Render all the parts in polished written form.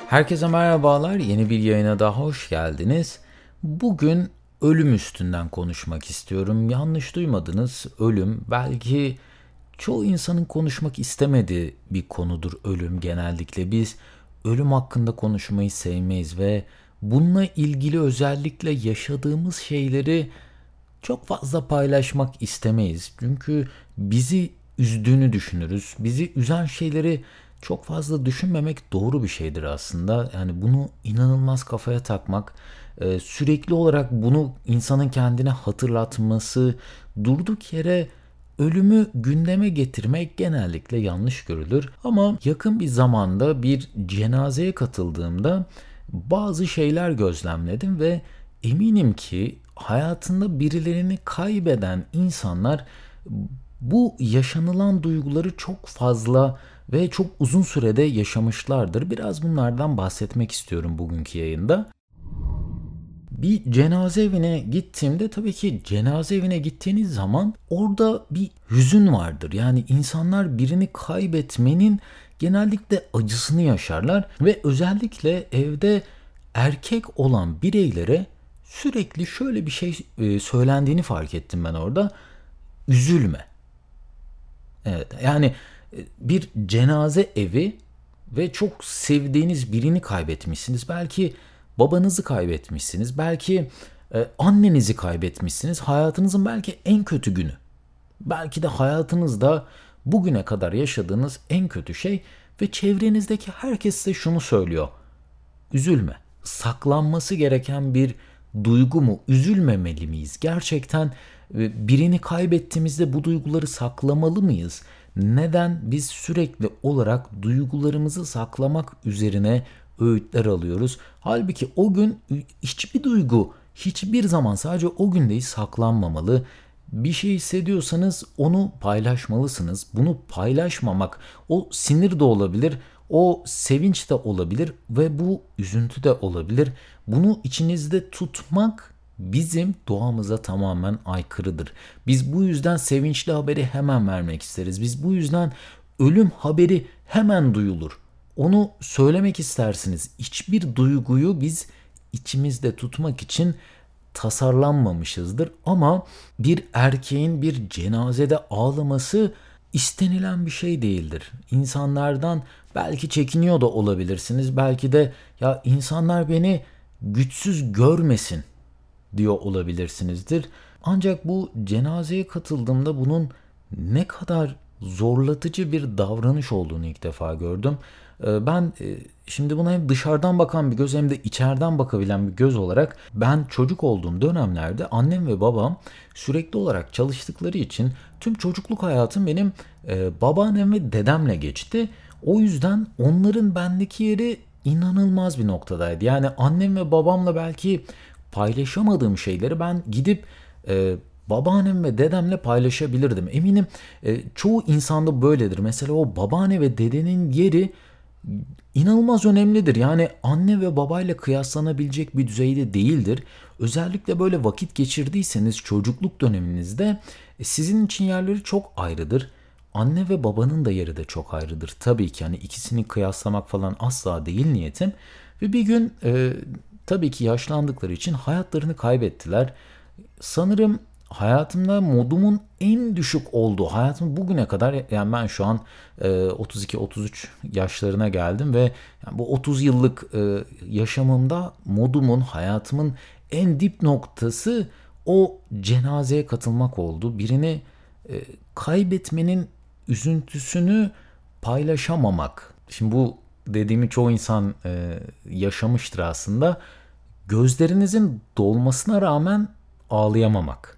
Herkese merhabalar. Yeni bir yayına daha hoş geldiniz. Bugün ölüm üstünden konuşmak istiyorum. Yanlış duymadınız. Ölüm belki çoğu insanın konuşmak istemediği bir konudur ölüm genellikle. Biz ölüm hakkında konuşmayı sevmeyiz ve bununla ilgili özellikle yaşadığımız şeyleri çok fazla paylaşmak istemeyiz. Çünkü bizi üzdüğünü düşünürüz. Bizi üzen şeyleri çok fazla düşünmemek doğru bir şeydir aslında. Yani bunu inanılmaz kafaya takmak, sürekli olarak bunu insanın kendine hatırlatması, durduk yere ölümü gündeme getirmek genellikle yanlış görülür. Ama yakın bir zamanda bir cenazeye katıldığımda bazı şeyler gözlemledim ve eminim ki hayatında birilerini kaybeden insanlar bu yaşanılan duyguları çok fazla ve çok uzun sürede yaşamışlardır. Biraz bunlardan bahsetmek istiyorum bugünkü yayında. Bir cenaze evine gittiğimde tabii ki cenaze evine gittiğiniz zaman orada bir hüzün vardır. Yani insanlar birini kaybetmenin genellikle acısını yaşarlar ve özellikle evde erkek olan bireylere sürekli şöyle bir şey söylendiğini fark ettim ben orada. Üzülme. Evet, yani bir cenaze evi ve çok sevdiğiniz birini kaybetmişsiniz. Belki babanızı kaybetmişsiniz. Belki annenizi kaybetmişsiniz. Hayatınızın belki en kötü günü. Belki de hayatınızda bugüne kadar yaşadığınız en kötü şey ve çevrenizdeki herkes size şunu söylüyor. Üzülme. Saklanması gereken bir duygu mu? Üzülmemeli miyiz? Gerçekten birini kaybettiğimizde bu duyguları saklamalı mıyız? Neden biz sürekli olarak duygularımızı saklamak üzerine öğütler alıyoruz? Halbuki o gün hiçbir duygu hiçbir zaman sadece o gün değil saklanmamalı. Bir şey hissediyorsanız onu paylaşmalısınız. Bunu paylaşmamak o sinir de olabilir, o sevinç de olabilir ve bu üzüntü de olabilir. Bunu içinizde tutmak bizim doğamıza tamamen aykırıdır. Biz bu yüzden sevinçli haberi hemen vermek isteriz. Biz bu yüzden ölüm haberi hemen duyulur. Onu söylemek istersiniz. Hiçbir duyguyu biz içimizde tutmak için tasarlanmamışızdır. Ama bir erkeğin bir cenazede ağlaması istenilen bir şey değildir. İnsanlardan belki çekiniyor da olabilirsiniz. Belki de ya insanlar beni güçsüz görmesin diyor olabilirsinizdir. Ancak bu cenazeye katıldığımda bunun ne kadar zorlatıcı bir davranış olduğunu ilk defa gördüm. Ben şimdi buna hem dışarıdan bakan bir göz hem de içeriden bakabilen bir göz olarak ben çocuk olduğum dönemlerde annem ve babam sürekli olarak çalıştıkları için tüm çocukluk hayatım benim babaannem ve dedemle geçti. O yüzden onların bendeki yeri inanılmaz bir noktadaydı. Yani annem ve babamla belki paylaşamadığım şeyleri ben gidip babaannem ve dedemle paylaşabilirdim. Eminim çoğu insanda böyledir. Mesela o babaanne ve dedenin yeri inanılmaz önemlidir. Yani anne ve babayla kıyaslanabilecek bir düzeyde değildir. Özellikle böyle vakit geçirdiyseniz çocukluk döneminizde sizin için yerleri çok ayrıdır. Anne ve babanın da yeri de çok ayrıdır. Tabii ki hani ikisini kıyaslamak falan asla değil niyetim. Ve bir gün tabii ki yaşlandıkları için hayatlarını kaybettiler. Sanırım hayatımda modumun en düşük olduğu, hayatım bugüne kadar yani ben şu an 32-33 yaşlarına geldim ve yani bu 30 yıllık yaşamımda modumun, hayatımın en dip noktası o cenazeye katılmak oldu. Birini kaybetmenin üzüntüsünü paylaşamamak. Şimdi bu dediğimi çoğu insan yaşamıştır aslında. Gözlerinizin dolmasına rağmen ağlayamamak.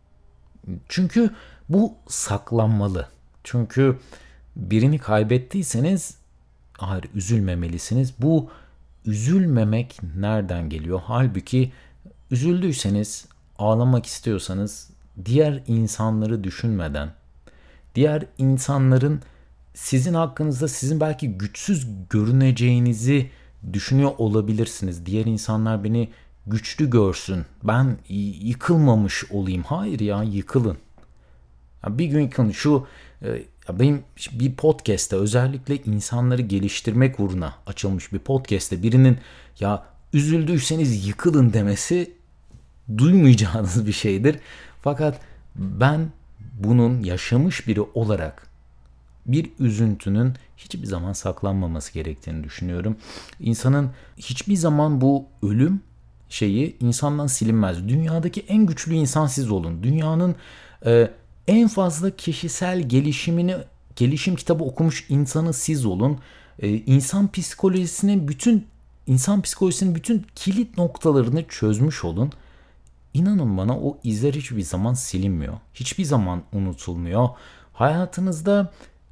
Çünkü bu saklanmalı. Çünkü birini kaybettiyseniz hayır üzülmemelisiniz. Bu üzülmemek nereden geliyor? Halbuki üzüldüyseniz, ağlamak istiyorsanız diğer insanları düşünmeden, diğer insanların sizin hakkınızda sizin belki güçsüz görüneceğinizi düşünüyor olabilirsiniz. Diğer insanlar beni güçlü görsün. Ben yıkılmamış olayım. Hayır ya yıkılın. Ya bir gün yıkılın. Şu Ya benim bir podcast'te, özellikle insanları geliştirmek uğruna açılmış bir podcast'te birinin ya üzüldüyseniz yıkılın demesi duymayacağınız bir şeydir. Fakat ben bunun yaşamış biri olarak bir üzüntünün hiçbir zaman saklanmaması gerektiğini düşünüyorum. İnsanın hiçbir zaman bu ölüm şeyi insandan silinmez. Dünyadaki en güçlü insan siz olun. Dünyanın en fazla kişisel gelişim kitabı okumuş insanı siz olun. İnsan psikolojisinin bütün kilit noktalarını çözmüş olun. İnanın bana, o izler hiçbir zaman silinmiyor. Hiçbir zaman unutulmuyor. Hayatınızda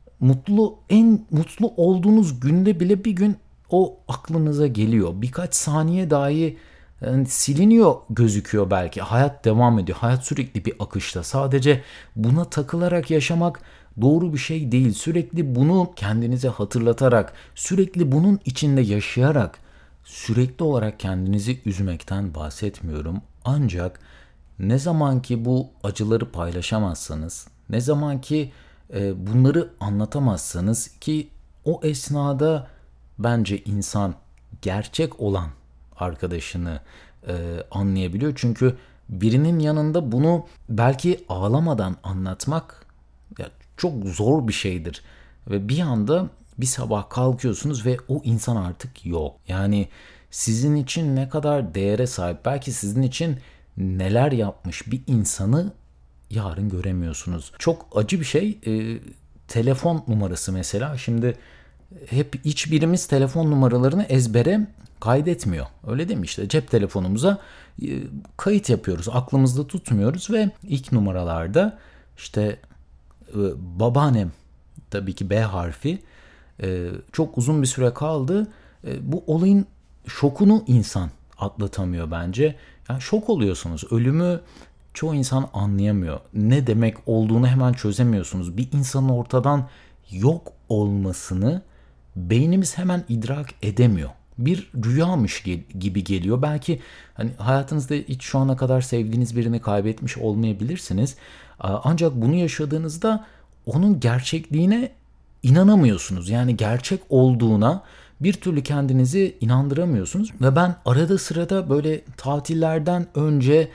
en mutlu olduğunuz günde bile bir gün o aklınıza geliyor. Birkaç saniye dahi yani siliniyor gözüküyor belki. Hayat devam ediyor. Hayat sürekli bir akışta. Sadece buna takılarak yaşamak doğru bir şey değil. Sürekli bunu kendinize hatırlatarak, sürekli bunun içinde yaşayarak, sürekli olarak kendinizi üzmekten bahsetmiyorum. Ancak ne zaman ki bu acıları paylaşamazsanız, ne zaman ki bunları anlatamazsanız, ki o esnada bence insan gerçek olan arkadaşını anlayabiliyor. Çünkü birinin yanında bunu belki ağlamadan anlatmak ya çok zor bir şeydir. Ve bir anda bir sabah kalkıyorsunuz ve o insan artık yok. Yani sizin için ne kadar değere sahip, belki sizin için neler yapmış bir insanı yarın göremiyorsunuz. Çok acı bir şey. Telefon numarası mesela. Şimdi hep hiçbirimiz telefon numaralarını ezbere kaydetmiyor. Öyle değil mi? İşte cep telefonumuza kayıt yapıyoruz. Aklımızda tutmuyoruz ve ilk numaralarda işte babaannem, tabii ki B harfi, çok uzun bir süre kaldı. Bu olayın şokunu insan atlatamıyor bence. Yani şok oluyorsunuz. Ölümü çoğu insan anlayamıyor. Ne demek olduğunu hemen çözemiyorsunuz. Bir insanın ortadan yok olmasını beynimiz hemen idrak edemiyor. Bir rüyamış gibi geliyor. Belki hani hayatınızda hiç şu ana kadar sevdiğiniz birini kaybetmiş olmayabilirsiniz. Ancak bunu yaşadığınızda onun gerçekliğine inanamıyorsunuz. Yani gerçek olduğuna bir türlü kendinizi inandıramıyorsunuz. Ve ben arada sırada böyle tatillerden önce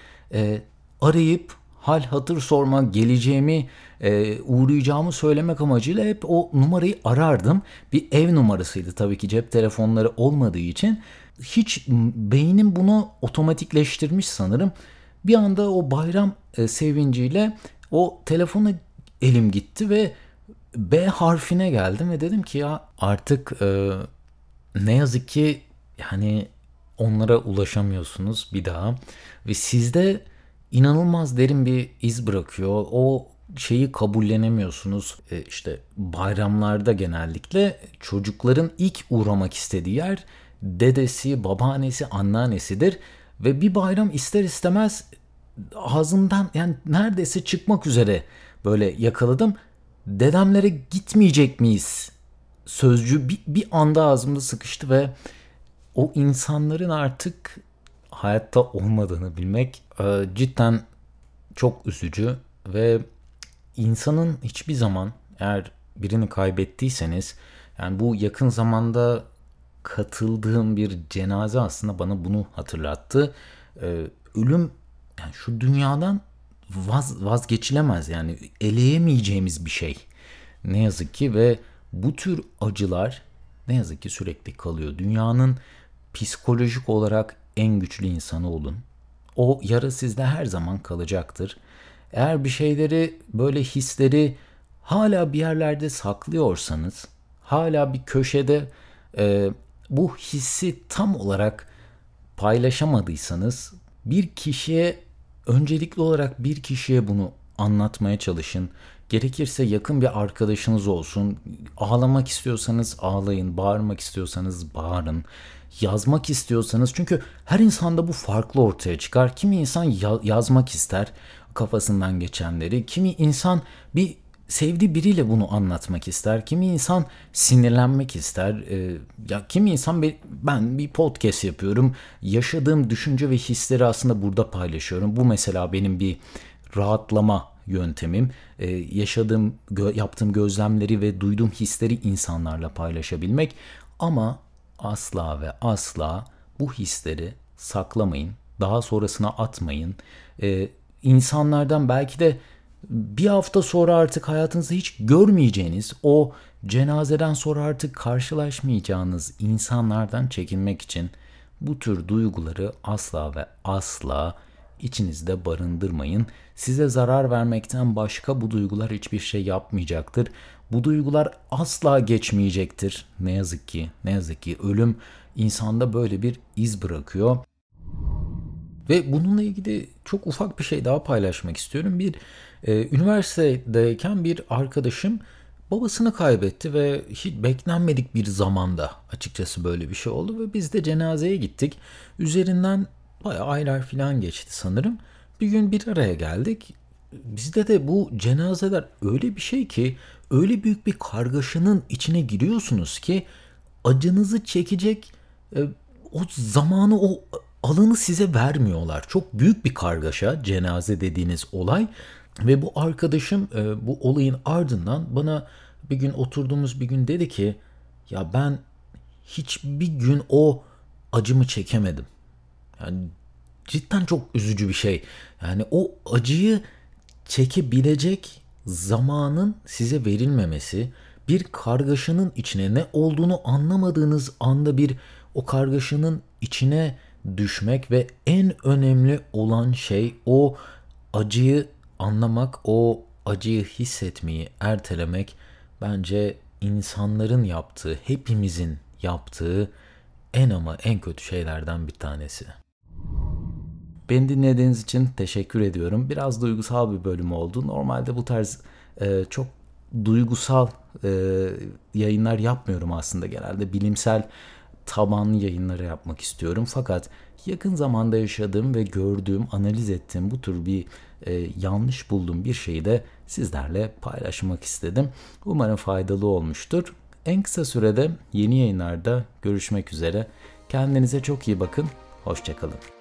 arayıp hal hatır sorma, geleceğimi, uğrayacağımı söylemek amacıyla hep o numarayı arardım. Bir ev numarasıydı tabii ki, cep telefonları olmadığı için. Hiç beynim bunu otomatikleştirmiş sanırım. Bir anda o bayram sevinciyle o telefonu elim gitti ve B harfine geldim ve dedim ki ya artık ne yazık ki yani onlara ulaşamıyorsunuz bir daha ve sizde inanılmaz derin bir iz bırakıyor. O şeyi kabullenemiyorsunuz. İşte bayramlarda genellikle çocukların ilk uğramak istediği yer dedesi, babaannesi, anneannesidir ve bir bayram ister istemez ağzımdan yani neredeyse çıkmak üzere böyle yakaladım. Dedemlere gitmeyecek miyiz sözcüğü bir anda ağzımda sıkıştı ve o insanların artık hayatta olmadığını bilmek cidden çok üzücü. Ve insanın hiçbir zaman, eğer birini kaybettiyseniz, yani bu yakın zamanda katıldığım bir cenaze aslında bana bunu hatırlattı. Ölüm yani şu dünyadan vazgeçilemez, yani eleyemeyeceğimiz bir şey. Ne yazık ki ve bu tür acılar ne yazık ki sürekli kalıyor. Dünyanın psikolojik olarak en güçlü insanı olun. O yara sizde her zaman kalacaktır. Eğer bir şeyleri, böyle hisleri hala bir yerlerde saklıyorsanız, hala bir köşede bu hissi tam olarak paylaşamadıysanız, öncelikli olarak bir kişiye bunu anlatmaya çalışın. Gerekirse yakın bir arkadaşınız olsun. Ağlamak istiyorsanız ağlayın, bağırmak istiyorsanız bağırın, yazmak istiyorsanız, çünkü her insanda bu farklı ortaya çıkar. Kimi insan yazmak ister kafasından geçenleri, kimi insan bir sevdiği biriyle bunu anlatmak ister, kimi insan sinirlenmek ister, ya kimi insan ben bir podcast yapıyorum, yaşadığım düşünce ve hisleri aslında burada paylaşıyorum. Bu mesela benim bir rahatlama yöntemim. Yaptığım gözlemleri ve duyduğum hisleri insanlarla paylaşabilmek. Ama asla ve asla bu hisleri saklamayın. Daha sonrasına atmayın. İnsanlardan belki de bir hafta sonra artık hayatınızda hiç görmeyeceğiniz, o cenazeden sonra artık karşılaşmayacağınız insanlardan çekinmek için bu tür duyguları asla ve asla içinizde barındırmayın. Size zarar vermekten başka bu duygular hiçbir şey yapmayacaktır. Bu duygular asla geçmeyecektir. Ne yazık ki, ne yazık ki ölüm insanda böyle bir iz bırakıyor. Ve bununla ilgili çok ufak bir şey daha paylaşmak istiyorum. Üniversitedeyken bir arkadaşım babasını kaybetti ve hiç beklenmedik bir zamanda açıkçası böyle bir şey oldu ve biz de cenazeye gittik. Üzerinden bayağı aylar falan geçti sanırım. Bir gün bir araya geldik. Bizde de bu cenazeler öyle bir şey ki, öyle büyük bir kargaşanın içine giriyorsunuz ki acınızı çekecek o zamanı, o alanı size vermiyorlar. Çok büyük bir kargaşa cenaze dediğiniz olay. Ve bu arkadaşım bu olayın ardından bana bir gün oturduğumuz bir gün dedi ki, ya ben hiçbir gün o acımı çekemedim. Yani cidden çok üzücü bir şey. Yani o acıyı çekebilecek zamanın size verilmemesi, bir kargaşanın içine, ne olduğunu anlamadığınız anda o kargaşanın içine düşmek ve en önemli olan şey o acıyı anlamak, o acıyı hissetmeyi ertelemek bence insanların yaptığı, hepimizin yaptığı en ama en kötü şeylerden bir tanesi. Beni dinlediğiniz için teşekkür ediyorum. Biraz duygusal bir bölüm oldu. Normalde bu tarz çok duygusal yayınlar yapmıyorum aslında. Genelde bilimsel tabanlı yayınları yapmak istiyorum. Fakat yakın zamanda yaşadığım ve gördüğüm, analiz ettiğim bu tür bir yanlış bulduğum bir şeyi de sizlerle paylaşmak istedim. Umarım faydalı olmuştur. En kısa sürede yeni yayınlarda görüşmek üzere. Kendinize çok iyi bakın. Hoşça kalın.